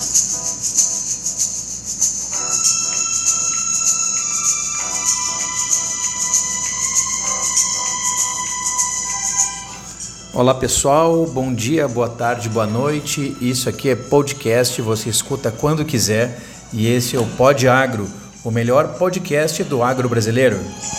Olá pessoal, bom dia, boa tarde, boa noite. Isso aqui é podcast, você escuta quando quiser e esse é o Pod Agro, o melhor podcast do agro brasileiro.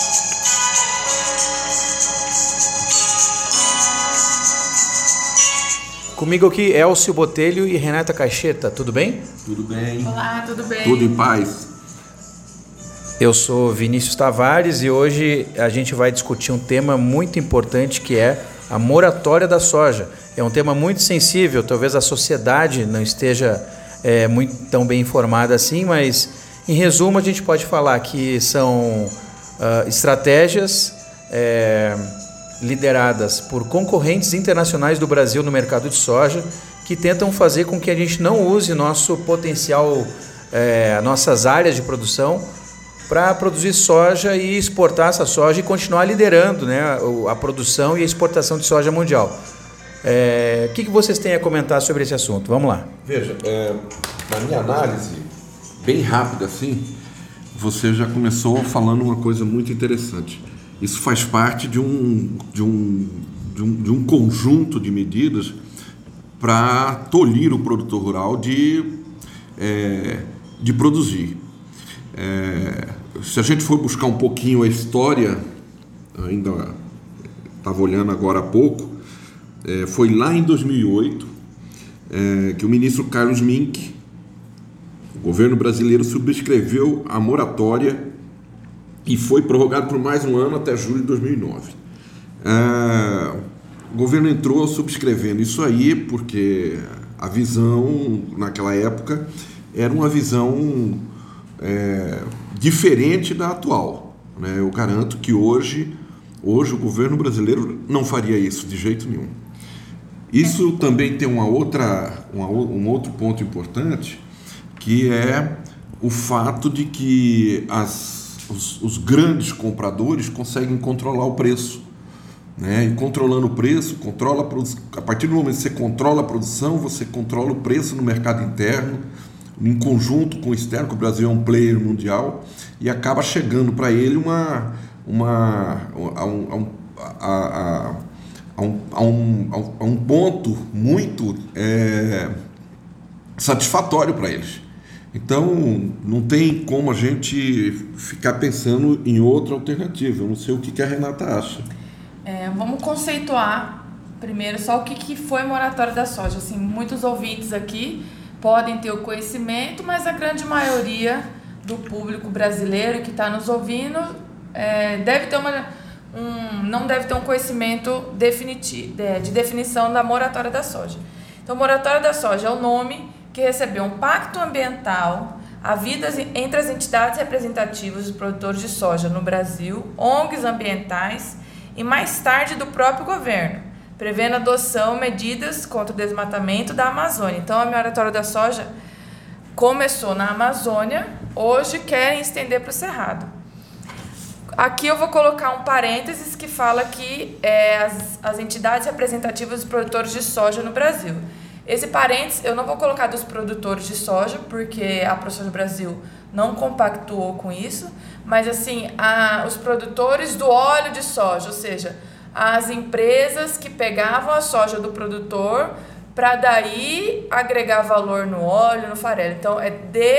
Comigo aqui Elcio Botelho e Renata Caixeta, tudo bem? Tudo bem. Olá, tudo bem? Tudo em paz. Eu sou Vinícius Tavares e hoje a gente vai discutir um tema muito importante que é a moratória da soja. É um tema muito sensível, talvez a sociedade não esteja muito tão bem informada assim, mas em resumo a gente pode falar que são estratégias lideradas por concorrentes internacionais do Brasil no mercado de soja que tentam fazer com que a gente não use nosso potencial, nossas áreas de produção para produzir soja e exportar essa soja e continuar liderando, né, a produção e a exportação de soja mundial. O que vocês têm a comentar sobre esse assunto? Vamos lá. Veja, na minha análise, bem rápida assim, você já começou falando uma coisa muito interessante. Isso faz parte de um conjunto de medidas para tolir o produtor rural de produzir. Se a gente for buscar um pouquinho a história, ainda estava olhando agora há pouco, foi lá em 2008 que o ministro Carlos Mink, o governo brasileiro, subscreveu a moratória e foi prorrogado por mais um ano até julho de 2009. O governo entrou subscrevendo isso aí porque a visão naquela época era uma visão diferente da atual, né? Eu garanto que hoje o governo brasileiro não faria isso de jeito nenhum. Isso também tem um outro ponto importante, que é o fato de que os grandes compradores conseguem controlar o preço, né? E controlando o preço, a partir do momento que você controla a produção, você controla o preço no mercado interno, em conjunto com o externo, que o Brasil é um player mundial, e acaba chegando para ele a um ponto muito satisfatório para eles. Então, não tem como a gente ficar pensando em outra alternativa. Eu não sei o que a Renata acha. Vamos conceituar primeiro só o que foi moratória da soja. Assim, muitos ouvintes aqui podem ter o conhecimento, mas a grande maioria do público brasileiro que está nos ouvindo não deve ter um conhecimento de definição da moratória da soja. Então, moratória da soja é o nome que recebeu um pacto ambiental havido entre as entidades representativas dos produtores de soja no Brasil, ONGs ambientais e mais tarde do próprio governo, prevendo a adoção de medidas contra o desmatamento da Amazônia. Então, a moratória da soja começou na Amazônia, hoje querem estender para o Cerrado. Aqui eu vou colocar um parênteses que fala que as entidades representativas dos produtores de soja no Brasil. Esse parênteses eu não vou colocar dos produtores de soja, porque a ProSoja Brasil não compactuou com isso, mas assim, os produtores do óleo de soja, ou seja, as empresas que pegavam a soja do produtor para daí agregar valor no óleo, no farelo. Então, é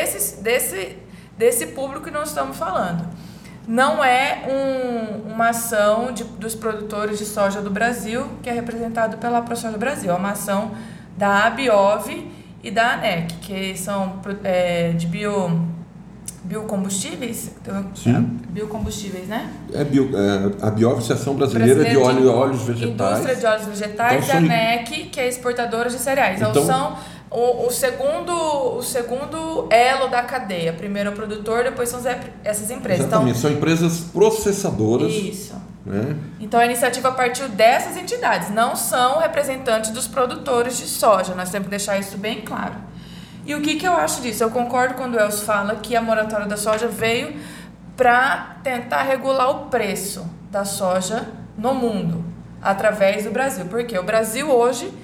desse público que nós estamos falando. Não é uma ação dos produtores de soja do Brasil, que é representado pela ProSoja Brasil. É uma ação da ABIOV e da ANEC, que são de biocombustíveis? Sim. Biocombustíveis, né? A ABIOV, Associação Brasileira de Óleos Vegetais. Indústria de óleos vegetais, então, e a ANEC, que é exportadora de cereais. Então são o segundo elo da cadeia. Primeiro é o produtor, depois são essas empresas. Exatamente, então, são empresas processadoras. Isso. Né? Então a iniciativa partiu dessas entidades, não são representantes dos produtores de soja. Nós temos que deixar isso bem claro. E o que eu acho disso? Eu concordo quando o Elcio fala que a moratória da soja veio para tentar regular o preço da soja no mundo, através do Brasil. Porque o Brasil hoje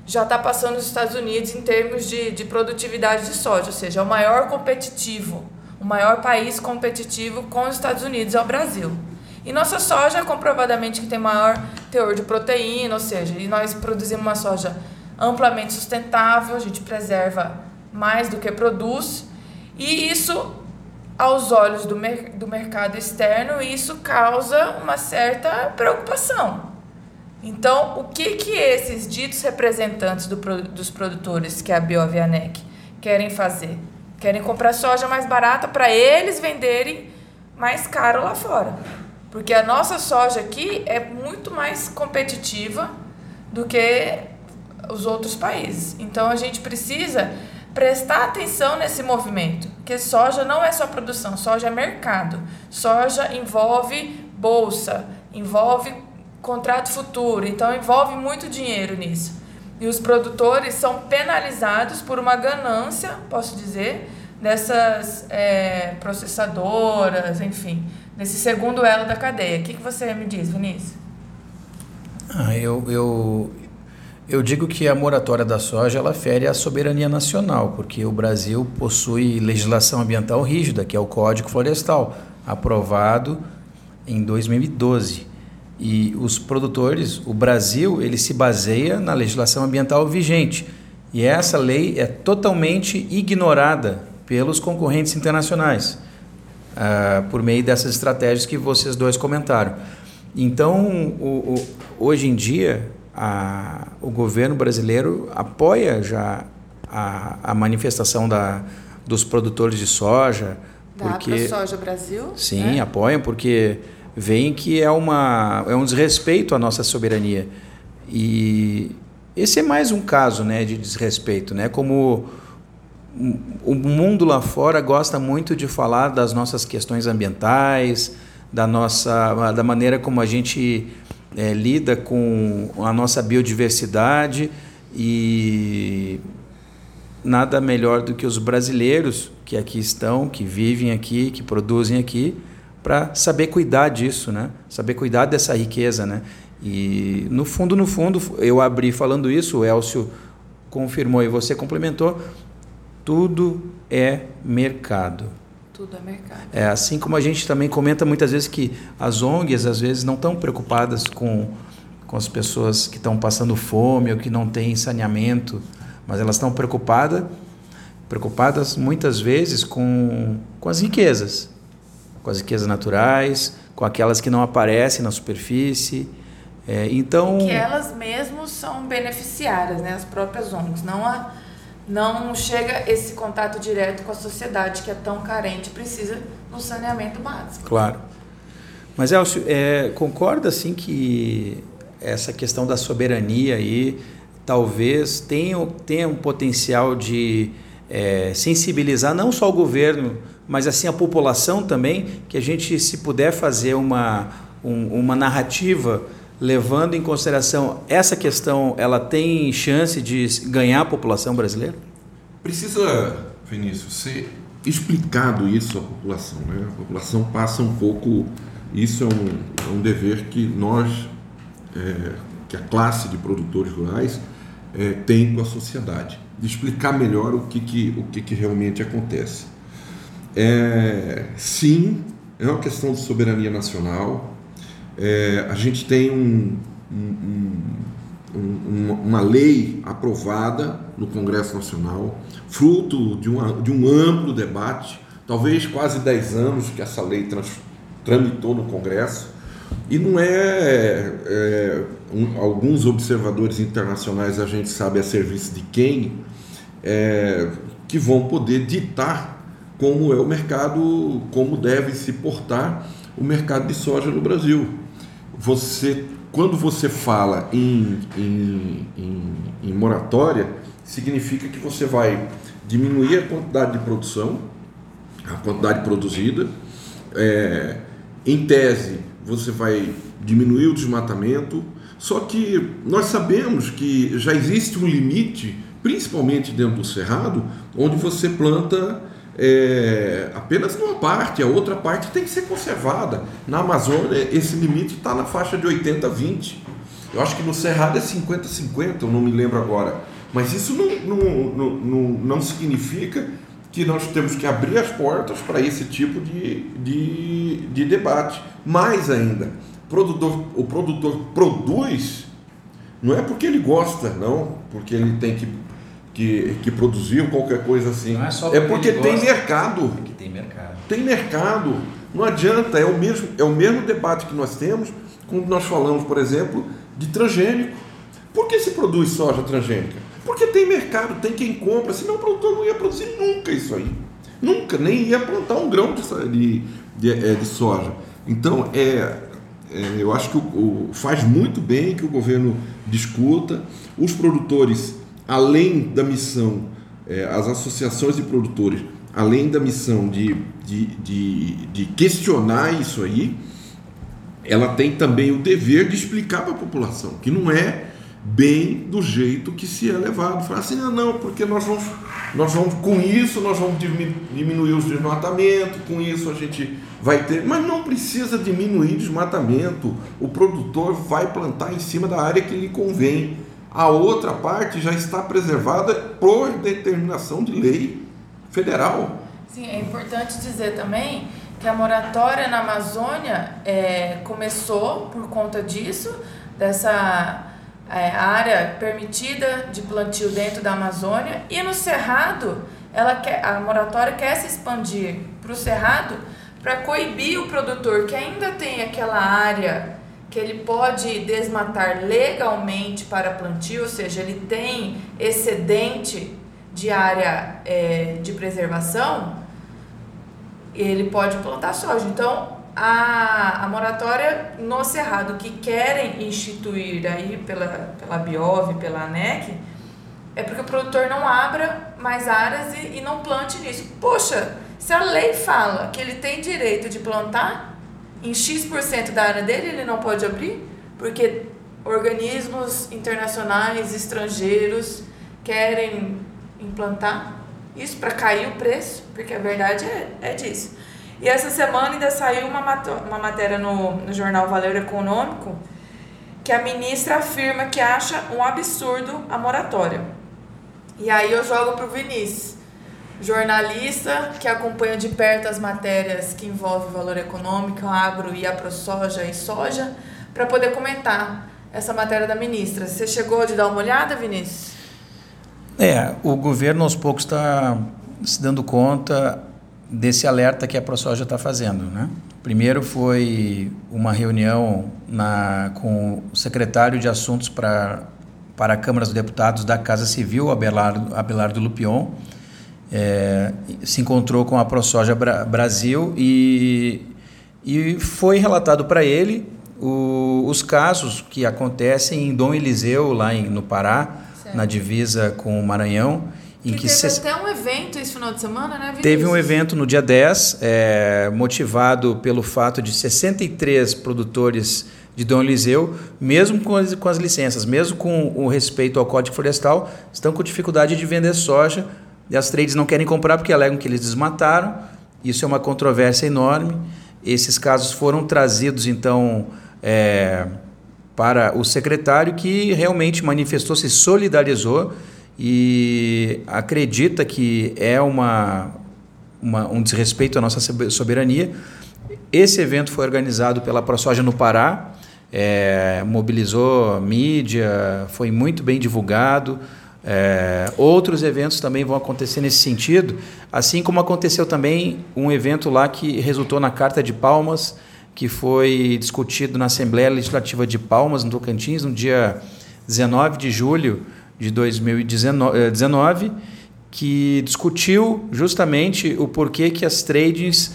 já está passando os Estados Unidos em termos de produtividade de soja, ou seja, é o maior competitivo, o maior país competitivo com os Estados Unidos é o Brasil. E nossa soja é comprovadamente que tem maior teor de proteína, ou seja, e nós produzimos uma soja amplamente sustentável, a gente preserva mais do que produz, e isso, aos olhos do mercado externo, isso causa uma certa preocupação. Então, o que esses ditos representantes dos produtores, que é a Bioavianec, querem fazer? Querem comprar soja mais barata para eles venderem mais caro lá fora. Porque a nossa soja aqui é muito mais competitiva do que os outros países. Então, a gente precisa prestar atenção nesse movimento, porque soja não é só produção, soja é mercado. Soja envolve bolsa, envolve contrato futuro, então envolve muito dinheiro nisso. E os produtores são penalizados por uma ganância, posso dizer, dessas processadoras, enfim, nesse segundo elo da cadeia. O que você me diz, Vinícius? Eu digo que a moratória da soja ela fere a soberania nacional, porque o Brasil possui legislação ambiental rígida, que é o Código Florestal, aprovado em 2012. E os produtores, o Brasil, ele se baseia na legislação ambiental vigente. E essa lei é totalmente ignorada pelos concorrentes internacionais, por meio dessas estratégias que vocês dois comentaram. Então, hoje em dia, o governo brasileiro apoia já a manifestação dos produtores de soja. Da AproSoja Brasil? Sim, apoiam, porque veem que é um desrespeito à nossa soberania. E esse é mais um caso, né, de desrespeito, né? Como o mundo lá fora gosta muito de falar das nossas questões ambientais, da maneira como a gente lida com a nossa biodiversidade, e nada melhor do que os brasileiros que aqui estão, que vivem aqui, que produzem aqui, para saber cuidar disso, né? Saber cuidar dessa riqueza, né? E no fundo, eu abri falando isso, o Elcio confirmou e você complementou, tudo é mercado. Tudo é mercado. Assim como a gente também comenta muitas vezes que as ONGs às vezes não estão preocupadas com as pessoas que estão passando fome ou que não têm saneamento, mas elas estão preocupadas muitas vezes com as riquezas naturais, com aquelas que não aparecem na superfície. Então, que elas mesmas são beneficiárias, né? As próprias ONGs. Não chega esse contato direto com a sociedade que é tão carente, precisa no saneamento básico. Claro. Mas, Elcio, concorda assim que essa questão da soberania aí talvez tenha um potencial de sensibilizar não só o governo, mas assim a população também, que a gente, se puder fazer uma narrativa levando em consideração essa questão, ela tem chance de ganhar a população brasileira? Precisa, Vinícius, ser explicado isso à população, né? A população passa um pouco, isso é um dever que nós, que a classe de produtores rurais tem com a sociedade, de explicar melhor o que realmente acontece. Sim, é uma questão de soberania nacional. A gente tem uma lei aprovada no Congresso Nacional, fruto de um amplo debate, talvez quase 10 anos que essa lei tramitou no Congresso, e não alguns observadores internacionais, a gente sabe a serviço de quem, que vão poder ditar como é o mercado, como deve se portar o mercado de soja no Brasil. Quando você fala em moratória, significa que você vai diminuir a quantidade de produção, a quantidade produzida. Em tese, você vai diminuir o desmatamento, só que nós sabemos que já existe um limite, principalmente dentro do cerrado, onde você planta apenas numa parte, a outra parte tem que ser conservada. Na Amazônia, esse limite está na faixa de 80-20. Eu acho que no Cerrado é 50-50, eu não me lembro agora. Mas isso não significa que nós temos que abrir as portas para esse tipo de debate. Mais ainda, o produtor produz, não é porque ele gosta, não, porque ele tem que produzir ou qualquer coisa assim. Não é só porque tem gosta, mercado. porque tem mercado. Tem mercado. Não adianta, é o mesmo debate que nós temos quando nós falamos, por exemplo, de transgênico. Por que se produz soja transgênica? Porque tem mercado, tem quem compra, senão o produtor não ia produzir nunca isso aí. Nunca, nem ia plantar um grão de soja. Então, eu acho que faz muito bem que o governo discuta. Os produtores, além da missão, as associações de produtores, além da missão de questionar isso aí, ela tem também o dever de explicar para a população, que não é bem do jeito que se é levado. Falar assim, não, porque nós vamos com isso, nós vamos diminuir os desmatamentos, com isso a gente vai ter... Mas não precisa diminuir desmatamento, o produtor vai plantar em cima da área que lhe convém. A outra parte já está preservada por determinação de lei federal. Sim, é importante dizer também que a moratória na Amazônia começou por conta disso, dessa área permitida de plantio dentro da Amazônia, e no Cerrado a moratória quer se expandir para o Cerrado para coibir o produtor que ainda tem aquela área que ele pode desmatar legalmente para plantio, ou seja, ele tem excedente de área de preservação, ele pode plantar soja. Então, a moratória no Cerrado que querem instituir aí pela Biov, pela ANEC, é porque o produtor não abra mais áreas e não plante nisso. Poxa, se a lei fala que ele tem direito de plantar em X% da área dele, ele não pode abrir, porque organismos internacionais, estrangeiros, querem implantar isso para cair o preço, porque a verdade é disso. E essa semana ainda saiu uma matéria no jornal Valor Econômico que a ministra afirma que acha um absurdo a moratória. E aí eu jogo para o Vinícius, jornalista que acompanha de perto as matérias que envolvem o Valor Econômico, agro e a ProSoja e soja, para poder comentar essa matéria da ministra. Você chegou de dar uma olhada, Vinícius? O governo aos poucos está se dando conta desse alerta que a ProSoja está fazendo, né? Primeiro foi uma reunião com o secretário de Assuntos para a Câmara dos Deputados da Casa Civil, Abelardo Lupion, se encontrou com a ProSoja Brasil e foi relatado para ele os casos que acontecem em Dom Eliseu, lá no Pará, certo, na divisa com o Maranhão. Teve até um evento esse final de semana, né, Vinícius? Teve um evento no dia 10, motivado pelo fato de 63 produtores de Dom Eliseu, mesmo com as licenças, mesmo com o respeito ao Código Florestal, estão com dificuldade de vender soja, e as trades não querem comprar porque alegam que eles desmataram. Isso é uma controvérsia enorme. Esses casos foram trazidos, então, para o secretário, que realmente manifestou, se solidarizou e acredita que é um desrespeito à nossa soberania. Esse evento foi organizado pela ProSoja no Pará, mobilizou mídia, foi muito bem divulgado. Outros eventos também vão acontecer nesse sentido, assim como aconteceu também um evento lá que resultou na Carta de Palmas, que foi discutido na Assembleia Legislativa de Palmas, no Tocantins, no dia 19 de julho de 2019, que discutiu justamente o porquê que as tradings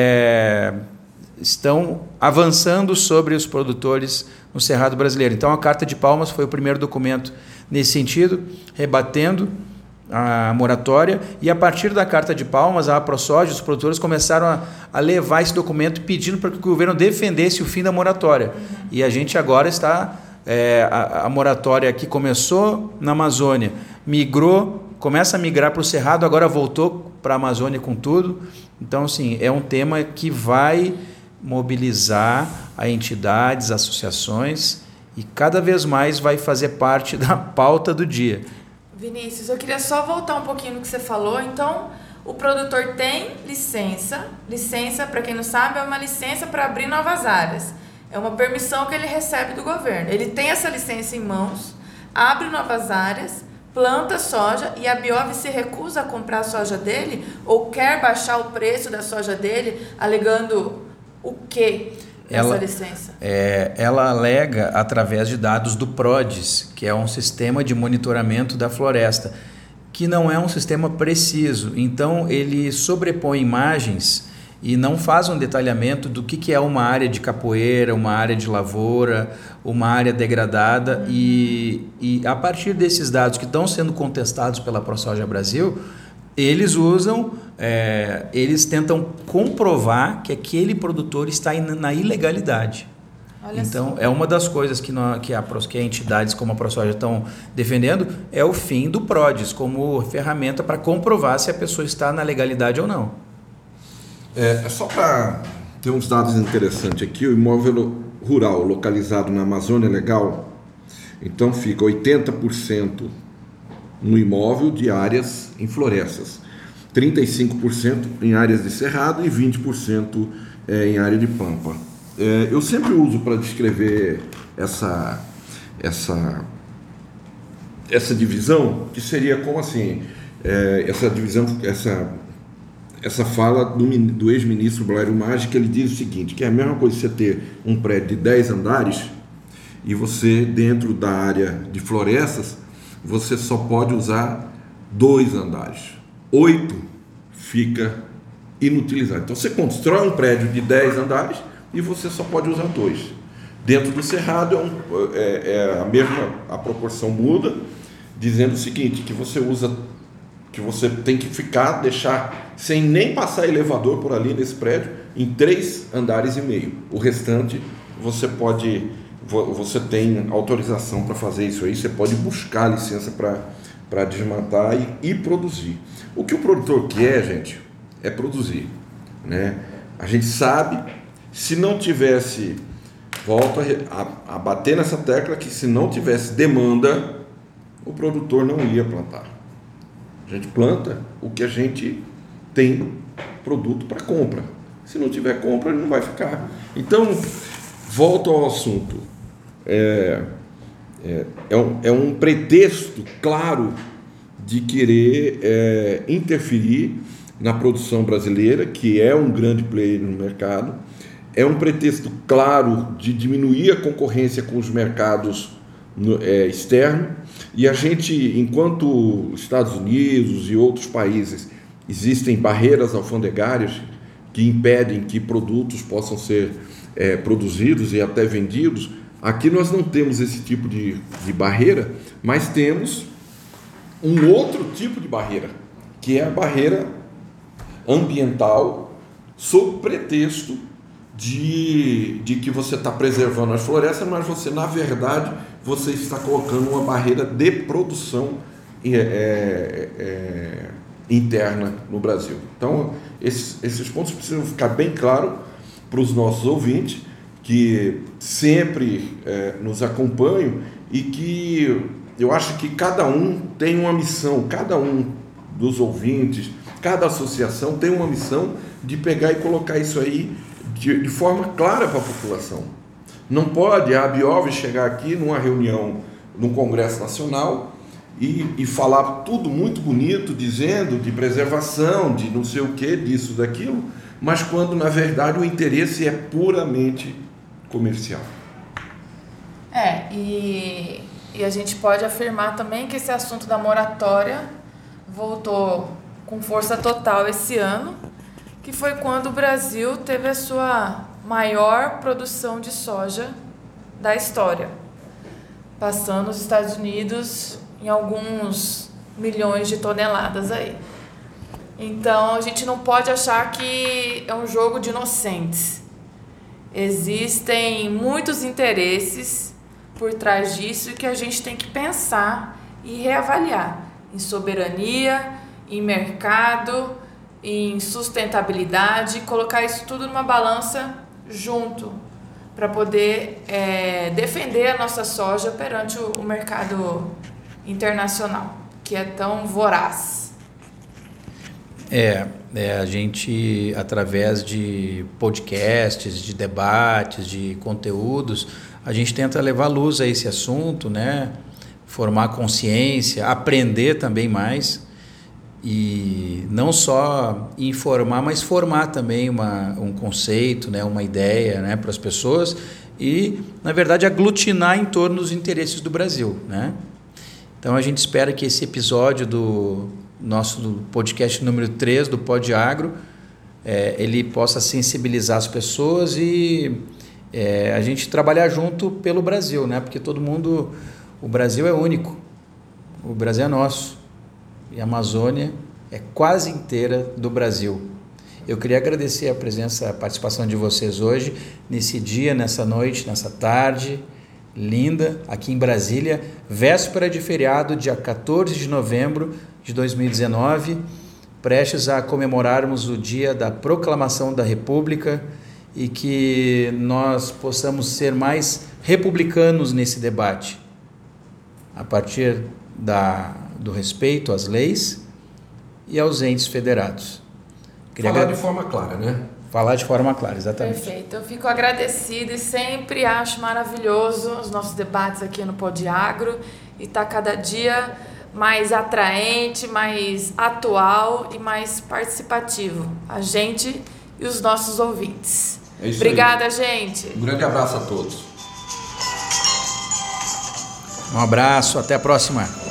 estão avançando sobre os produtores no Cerrado brasileiro. Então, a Carta de Palmas foi o primeiro documento nesse sentido, rebatendo a moratória, e a partir da Carta de Palmas, a ProSoja, os produtores começaram a levar esse documento pedindo para que o governo defendesse o fim da moratória. E a gente agora está... a moratória que começou na Amazônia, começa a migrar para o Cerrado, agora voltou para a Amazônia com tudo. Então, assim, é um tema que vai mobilizar a entidades, associações, e cada vez mais vai fazer parte da pauta do dia. Vinícius, eu queria só voltar um pouquinho no que você falou. Então, o produtor tem licença. Licença, para quem não sabe, é uma licença para abrir novas áreas. É uma permissão que ele recebe do governo. Ele tem essa licença em mãos, abre novas áreas, planta soja e a Biov se recusa a comprar a soja dele ou quer baixar o preço da soja dele, alegando o quê? Essa licença? Ela alega através de dados do PRODES, que é um sistema de monitoramento da floresta, que não é um sistema preciso. Então, ele sobrepõe imagens e não faz um detalhamento do que é uma área de capoeira, uma área de lavoura, uma área degradada. E a partir desses dados que estão sendo contestados pela ProSoja Brasil, eles eles tentam comprovar que aquele produtor está na ilegalidade. Olha então, só. é uma das coisas que entidades como a ProSoja estão defendendo, é o fim do PRODES como ferramenta para comprovar se a pessoa está na legalidade ou não. Só para ter uns dados interessantes aqui, o imóvel rural localizado na Amazônia Legal, então fica 80% no imóvel de áreas em florestas, 35% em áreas de cerrado e 20% em área de pampa. Eu sempre uso para descrever essa divisão, que seria como assim, essa fala do ex-ministro Blairo Maggi, que ele diz o seguinte, que é a mesma coisa você ter um prédio de 10 andares e você, dentro da área de florestas, você só pode usar 2 andares. 8 fica inutilizado. Então você constrói um prédio de 10 andares e você só pode usar 2. Dentro do cerrado a proporção muda, dizendo o seguinte, que você tem que deixar sem nem passar elevador por ali nesse prédio, em 3 andares e meio. O restante você tem autorização para fazer isso aí, você pode buscar licença para desmatar e produzir. O que o produtor quer, gente, é produzir, né? A gente sabe, se não tivesse, volto a bater nessa tecla, que se não tivesse demanda, o produtor não ia plantar. A gente planta o que a gente tem produto para compra. Se não tiver compra, ele não vai ficar. Então, volto ao assunto. É um pretexto claro de querer interferir na produção brasileira, que é um grande player no mercado. É um pretexto claro de diminuir a concorrência com os mercados externos. E a gente, enquanto Estados Unidos e outros países, existem barreiras alfandegárias que impedem que produtos possam ser produzidos e até vendidos, aqui nós não temos esse tipo de barreira, mas temos um outro tipo de barreira, que é a barreira ambiental, sob pretexto de que você está preservando as florestas, mas você, na verdade, você está colocando uma barreira de produção interna no Brasil. Então, esses pontos precisam ficar bem claros para os nossos ouvintes, que sempre nos acompanham e que eu acho que cada um tem uma missão, cada um dos ouvintes, cada associação tem uma missão de pegar e colocar isso aí de forma clara para a população. Não pode a Biov chegar aqui numa reunião, num Congresso Nacional e falar tudo muito bonito, dizendo de preservação, de não sei o que, disso, daquilo, mas quando na verdade o interesse é puramente comercial. E a gente pode afirmar também que esse assunto da moratória voltou com força total esse ano, que foi quando o Brasil teve a sua maior produção de soja da história, passando os Estados Unidos em alguns milhões de toneladas aí. Então a gente não pode achar que é um jogo de inocentes. Existem muitos interesses por trás disso que a gente tem que pensar e reavaliar em soberania, em mercado, em sustentabilidade, colocar isso tudo numa balança junto, para poder defender a nossa soja perante o mercado internacional, que é tão voraz. A gente, através de podcasts, de debates, de conteúdos, a gente tenta levar luz a esse assunto, né? Formar consciência, aprender também mais, e não só informar, mas formar também um conceito, né? Uma ideia, né? Para as pessoas e, na verdade, aglutinar em torno dos interesses do Brasil, né? Então, a gente espera que esse episódio do nosso podcast número 3 do Pod Agro, ele possa sensibilizar as pessoas e a gente trabalhar junto pelo Brasil, né? Porque o Brasil é único, o Brasil é nosso e a Amazônia é quase inteira do Brasil. Eu queria agradecer a participação de vocês hoje, nesse dia, nessa noite, nessa tarde linda, aqui em Brasília, véspera de feriado, dia 14 de novembro de 2019, prestes a comemorarmos o dia da proclamação da República e que nós possamos ser mais republicanos nesse debate, a partir do respeito às leis e aos entes federados. Falar de forma clara, né? Falar de forma clara, exatamente. Perfeito. Eu fico agradecida e sempre acho maravilhoso os nossos debates aqui no Pod Agro e está cada dia mais atraente, mais atual e mais participativo. A gente e os nossos ouvintes. É isso. Obrigada, aí. gente. Um grande abraço a todos. Um abraço, até a próxima.